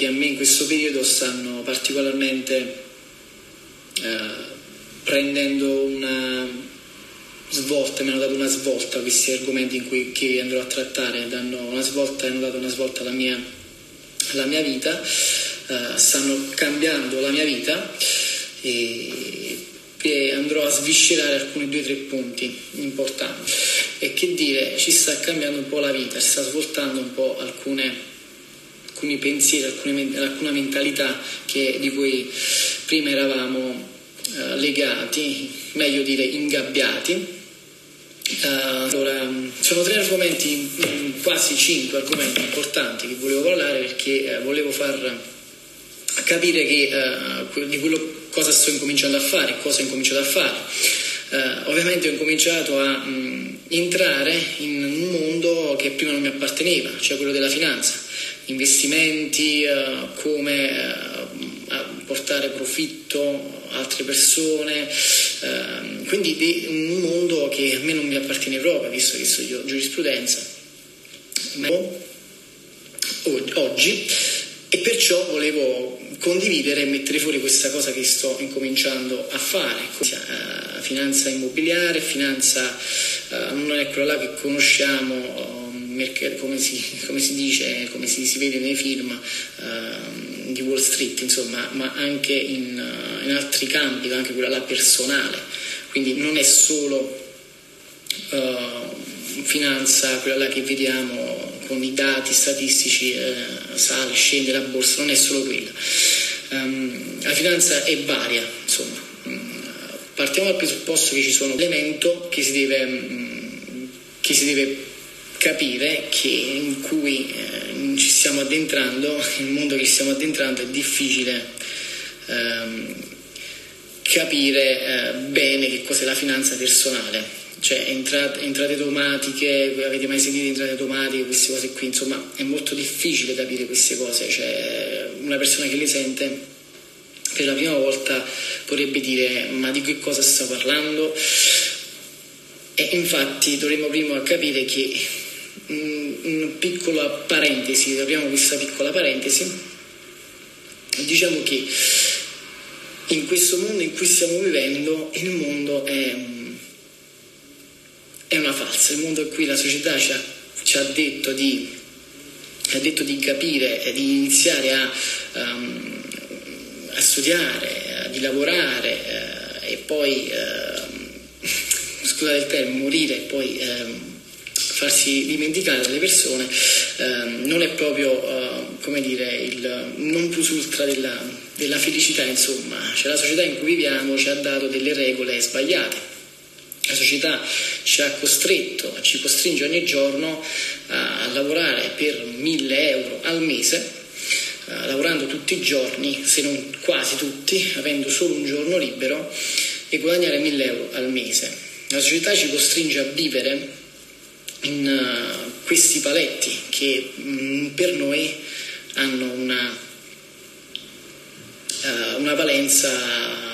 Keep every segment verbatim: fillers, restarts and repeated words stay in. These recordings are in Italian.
che a me in questo periodo stanno particolarmente eh, prendendo una svolta, mi hanno dato una svolta questi argomenti in cui, che andrò a trattare, danno una svolta, hanno dato una svolta alla mia, alla mia vita, eh, stanno cambiando la mia vita e, e andrò a sviscerare alcuni due o tre punti importanti. E che dire, ci sta cambiando un po' la vita, sta svoltando un po' alcune, alcuni pensieri, alcune, alcuna mentalità che, di cui prima eravamo uh, legati, meglio dire ingabbiati. Uh, allora, sono tre argomenti, quasi cinque argomenti importanti che volevo parlare, perché uh, volevo far capire che, uh, di quello cosa sto incominciando a fare, cosa ho incominciato a fare. Uh, ovviamente ho incominciato a um, entrare in un mondo che prima non mi apparteneva, cioè quello della finanza, investimenti, uh, come uh, portare profitto a altre persone, uh, quindi di un mondo che a me non mi appartiene proprio, visto che studio giurisprudenza ma oggi, e perciò volevo condividere e mettere fuori questa cosa che sto incominciando a fare. Uh, finanza immobiliare, finanza uh, non è quella là che conosciamo, uh, come, si, come si dice, come si, si vede nei film uh, di Wall Street, insomma, ma anche in, uh, in altri campi, anche quella là personale. Quindi non è solo uh, finanza, quella là che vediamo con i dati statistici, eh, sale, scende la borsa, non è solo quella. Um, la finanza è varia, insomma. Um, partiamo dal presupposto che ci sono elementi che si deve, um, che si deve capire, che in cui eh, ci stiamo addentrando, il mondo che ci stiamo addentrando è difficile um, capire eh, bene che cos'è la finanza personale. Cioè entrate, entrate automatiche, avete mai sentito entrate automatiche, queste cose qui, insomma è molto difficile capire queste cose, cioè una persona che le sente per la prima volta potrebbe dire ma di che cosa sta parlando? E infatti dovremmo prima capire che una piccola parentesi, apriamo questa piccola parentesi, diciamo che in questo mondo in cui stiamo vivendo, il mondo è è una falsa, il mondo in cui la società ci ha, ci ha detto di ha detto di capire, di iniziare a, um, a studiare, a, di lavorare uh, e poi uh, scusate il termine, morire e poi uh, farsi dimenticare dalle persone, uh, non è proprio uh, come dire il non plus ultra della, della felicità, insomma. Cioè, la società in cui viviamo ci ha dato delle regole sbagliate. La società ci ha costretto, ci costringe ogni giorno a lavorare per mille euro al mese, uh, lavorando tutti i giorni, se non quasi tutti, avendo solo un giorno libero, e guadagnare mille euro al mese. La società ci costringe a vivere in uh, questi paletti che mh, per noi hanno una, uh, una valenza.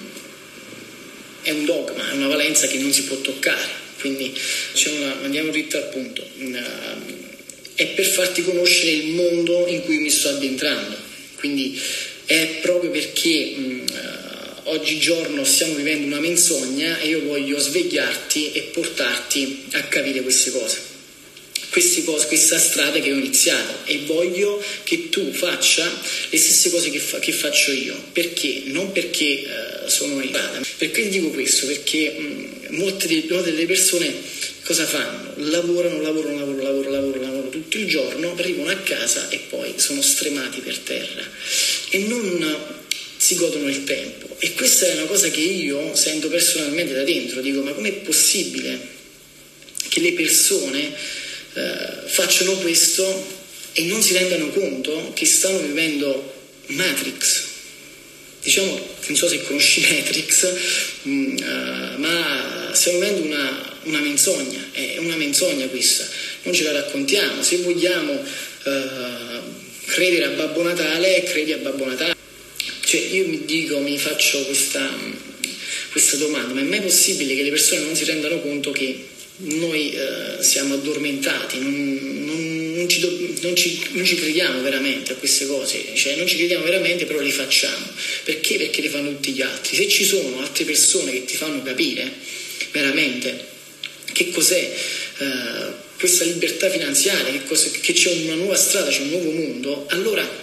È un dogma, è una valenza che non si può toccare, quindi una, andiamo dritto al punto. È per farti conoscere il mondo in cui mi sto addentrando, quindi è proprio perché mh, oggigiorno stiamo vivendo una menzogna e io voglio svegliarti e portarti a capire queste cose. Queste cose, questa strada che ho iniziato, e voglio che tu faccia le stesse cose che, fa, che faccio io. Perché? Non perché uh, sono in strada. Perché dico questo? Perché mh, molte, di, molte delle persone cosa fanno? Lavorano, lavorano, lavorano, lavorano, lavorano, lavorano tutto il giorno, arrivano a casa e poi sono stremati per terra e non si godono il tempo. E questa è una cosa che io sento personalmente da dentro. Dico, ma com'è possibile che le persone Uh, facciano questo e non si rendano conto che stanno vivendo Matrix? Diciamo, non so se conosci Matrix, mh, uh, ma stiamo vivendo una, una menzogna, è una menzogna questa, non ce la raccontiamo. Se vogliamo uh, credere a Babbo Natale, credi a Babbo Natale. Cioè io mi dico, mi faccio questa, questa domanda, ma è mai possibile che le persone non si rendano conto che noi eh, siamo addormentati, non, non, non ci ci, non, ci, non ci crediamo veramente a queste cose, cioè non ci crediamo veramente, però li facciamo. Perché? Perché le fanno tutti gli altri. Se ci sono altre persone che ti fanno capire veramente che cos'è eh, questa libertà finanziaria, che, cos'è, che c'è una nuova strada, c'è un nuovo mondo, allora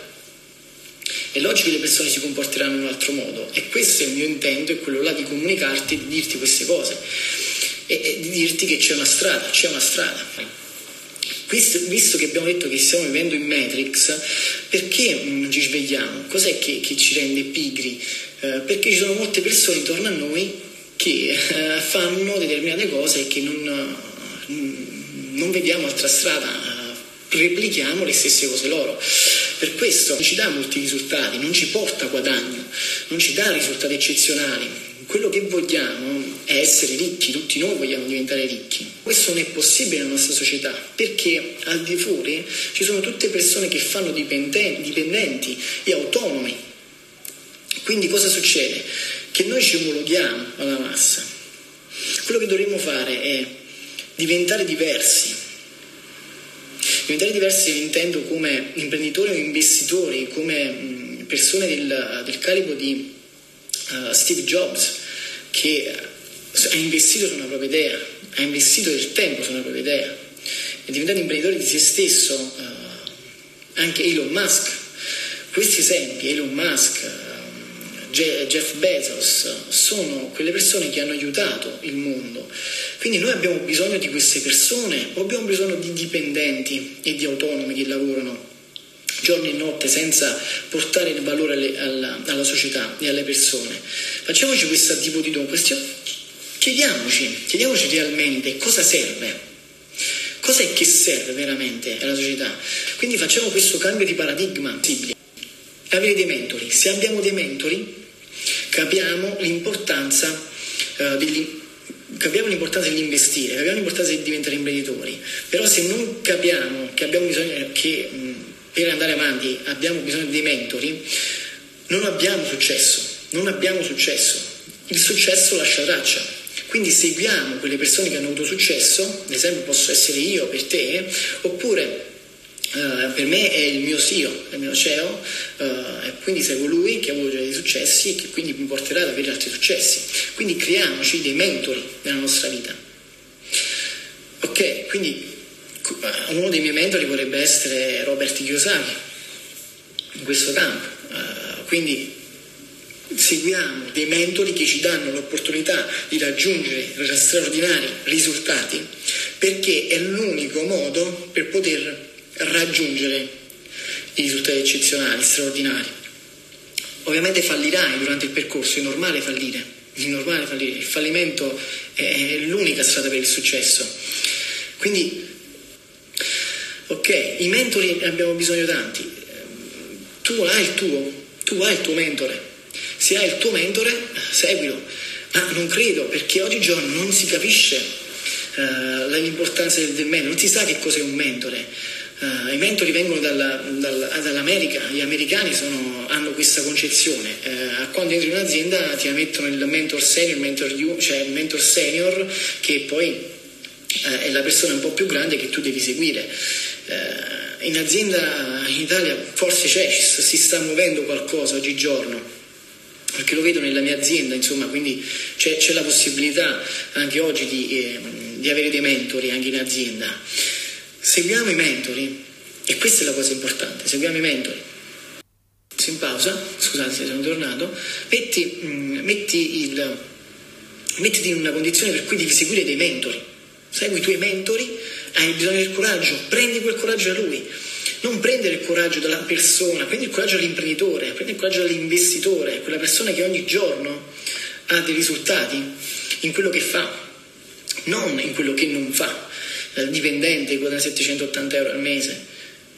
è logico che le persone si comporteranno in un altro modo, e questo è il mio intento, è quello là di comunicarti, di dirti queste cose e, e di dirti che c'è una strada, c'è una strada. Questo, visto che abbiamo detto che stiamo vivendo in Matrix, perché non ci svegliamo? Cos'è che, che ci rende pigri? Eh, perché ci sono molte persone intorno a noi che eh, fanno determinate cose e che non, non vediamo altra strada, eh, replichiamo le stesse cose loro. Per questo non ci dà molti risultati, non ci porta guadagno, non ci dà risultati eccezionali. Quello che vogliamo è essere ricchi, tutti noi vogliamo diventare ricchi. Questo non è possibile nella nostra società, perché al di fuori ci sono tutte persone che fanno dipendenti, dipendenti e autonomi. Quindi cosa succede? Che noi ci omologhiamo alla massa. Quello che dovremmo fare è diventare diversi. Diventare diversi intendo come imprenditori o investitori, come mh, persone del, del calibro di uh, Steve Jobs, che ha investito su una propria idea, ha investito del tempo su una propria idea, è diventato imprenditore di se stesso. Uh, anche Elon Musk, questi esempi, Elon Musk, uh, Jeff Bezos, sono quelle persone che hanno aiutato il mondo. Quindi noi abbiamo bisogno di queste persone o abbiamo bisogno di dipendenti e di autonomi che lavorano giorno e notte senza portare il valore alle, alla, alla società e alle persone? Facciamoci questo tipo di domanda, chiediamoci, chiediamoci realmente cosa serve, cos'è che serve veramente alla società. Quindi facciamo questo cambio di paradigma possibile. Avere dei mentori. Se abbiamo dei mentori capiamo l'importanza uh, degli capiamo l'importanza di investire, capiamo l'importanza di diventare imprenditori. Però se non capiamo che abbiamo bisogno che mh, per andare avanti abbiamo bisogno dei mentori, non abbiamo successo, non abbiamo successo. Il successo lascia traccia. Quindi seguiamo quelle persone che hanno avuto successo, ad esempio posso essere io per te, oppure Uh, per me è il mio C E O, è il mio C E O, uh, e quindi seguo lui che ha avuto dei successi e che quindi mi porterà ad avere altri successi. Quindi creiamoci dei mentori nella nostra vita. Ok, quindi uh, uno dei miei mentori potrebbe essere Robert Kiyosaki in questo campo. Uh, quindi seguiamo dei mentori che ci danno l'opportunità di raggiungere straordinari risultati, perché è l'unico modo per poter raggiungere i risultati eccezionali, straordinari. Ovviamente fallirai durante il percorso, è normale fallire, è normale fallire. Il fallimento è l'unica strada per il successo. Quindi, ok, i mentori ne abbiamo bisogno tanti. Tu hai il tuo, tu hai il tuo mentore. Se hai il tuo mentore, seguilo. Ma non credo, perché oggigiorno non si capisce uh, l'importanza del, del mentore, non si sa che cos'è un mentore. Uh, I mentori vengono dalla, dalla, dall'America, gli americani sono, hanno questa concezione, uh, quando entri in un'azienda ti mettono il mentor senior, mentor you, cioè il mentor senior che poi uh, è la persona un po' più grande che tu devi seguire. Uh, in azienda in Italia forse c'è, si sta muovendo qualcosa oggigiorno, perché lo vedo nella mia azienda, insomma, quindi c'è, c'è la possibilità anche oggi di, eh, di avere dei mentori anche in azienda. Seguiamo i mentori, e questa è la cosa importante, seguiamo i mentori. In pausa, scusate se sono tornato, metti, mh, metti il, mettiti in una condizione per cui devi seguire dei mentori, segui i tuoi mentori, hai bisogno del coraggio, prendi quel coraggio da lui, non prendere il coraggio dalla persona, prendi il coraggio dall'imprenditore, prendi il coraggio dall'investitore, quella persona che ogni giorno ha dei risultati in quello che fa, non in quello che non fa. Il dipendente guadagna settecentottanta euro al mese,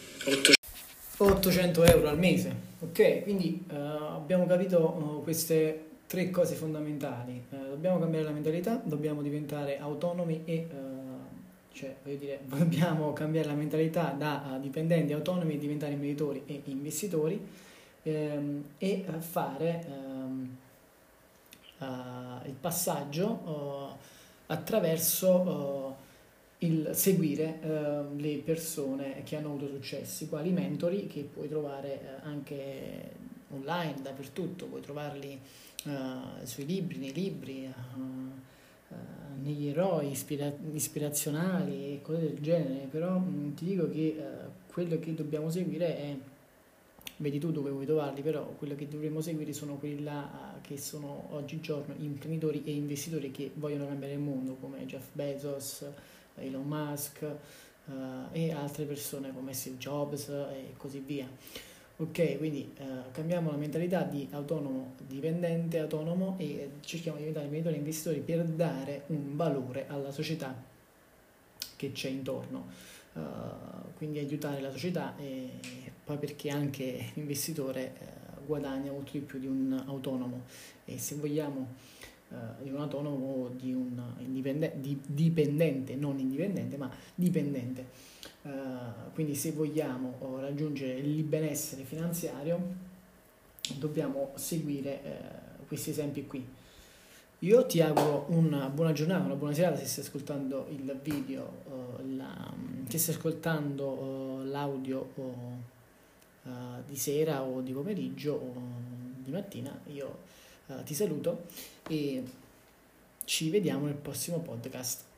ottocento euro al mese, ok? Quindi uh, abbiamo capito uh, queste tre cose fondamentali. Uh, dobbiamo cambiare la mentalità, dobbiamo diventare autonomi e uh, cioè voglio dire, dobbiamo cambiare la mentalità da uh, dipendenti autonomi e diventare imprenditori e investitori, ehm, e uh, fare um, uh, il passaggio uh, attraverso uh, il seguire eh, le persone che hanno avuto successi, quali mentori che puoi trovare eh, anche online, dappertutto, puoi trovarli eh, sui libri, nei libri, eh, eh, negli eroi ispira- ispirazionali e cose del genere, però mh, ti dico che eh, quello che dobbiamo seguire è, vedi tu dove vuoi trovarli, però quello che dovremmo seguire sono quelli là eh, che sono oggigiorno imprenditori e investitori che vogliono cambiare il mondo, come Jeff Bezos, Elon Musk uh, e altre persone come Steve Jobs e così via. Ok, quindi uh, cambiamo la mentalità di autonomo dipendente, autonomo e cerchiamo di diventare imprenditori e investitori per dare un valore alla società che c'è intorno. Uh, quindi aiutare la società e poi perché anche l'investitore uh, guadagna molto di più di un autonomo e se vogliamo Uh, di un autonomo o di un indipendente, di, dipendente, non indipendente, ma dipendente. Uh, quindi se vogliamo uh, raggiungere il benessere finanziario dobbiamo seguire uh, questi esempi qui. Io ti auguro una buona giornata, una buona serata se stai ascoltando il video, uh, la, se stai ascoltando uh, l'audio uh, uh, di sera o di pomeriggio o di mattina. Io Uh, ti saluto e ci vediamo nel prossimo podcast.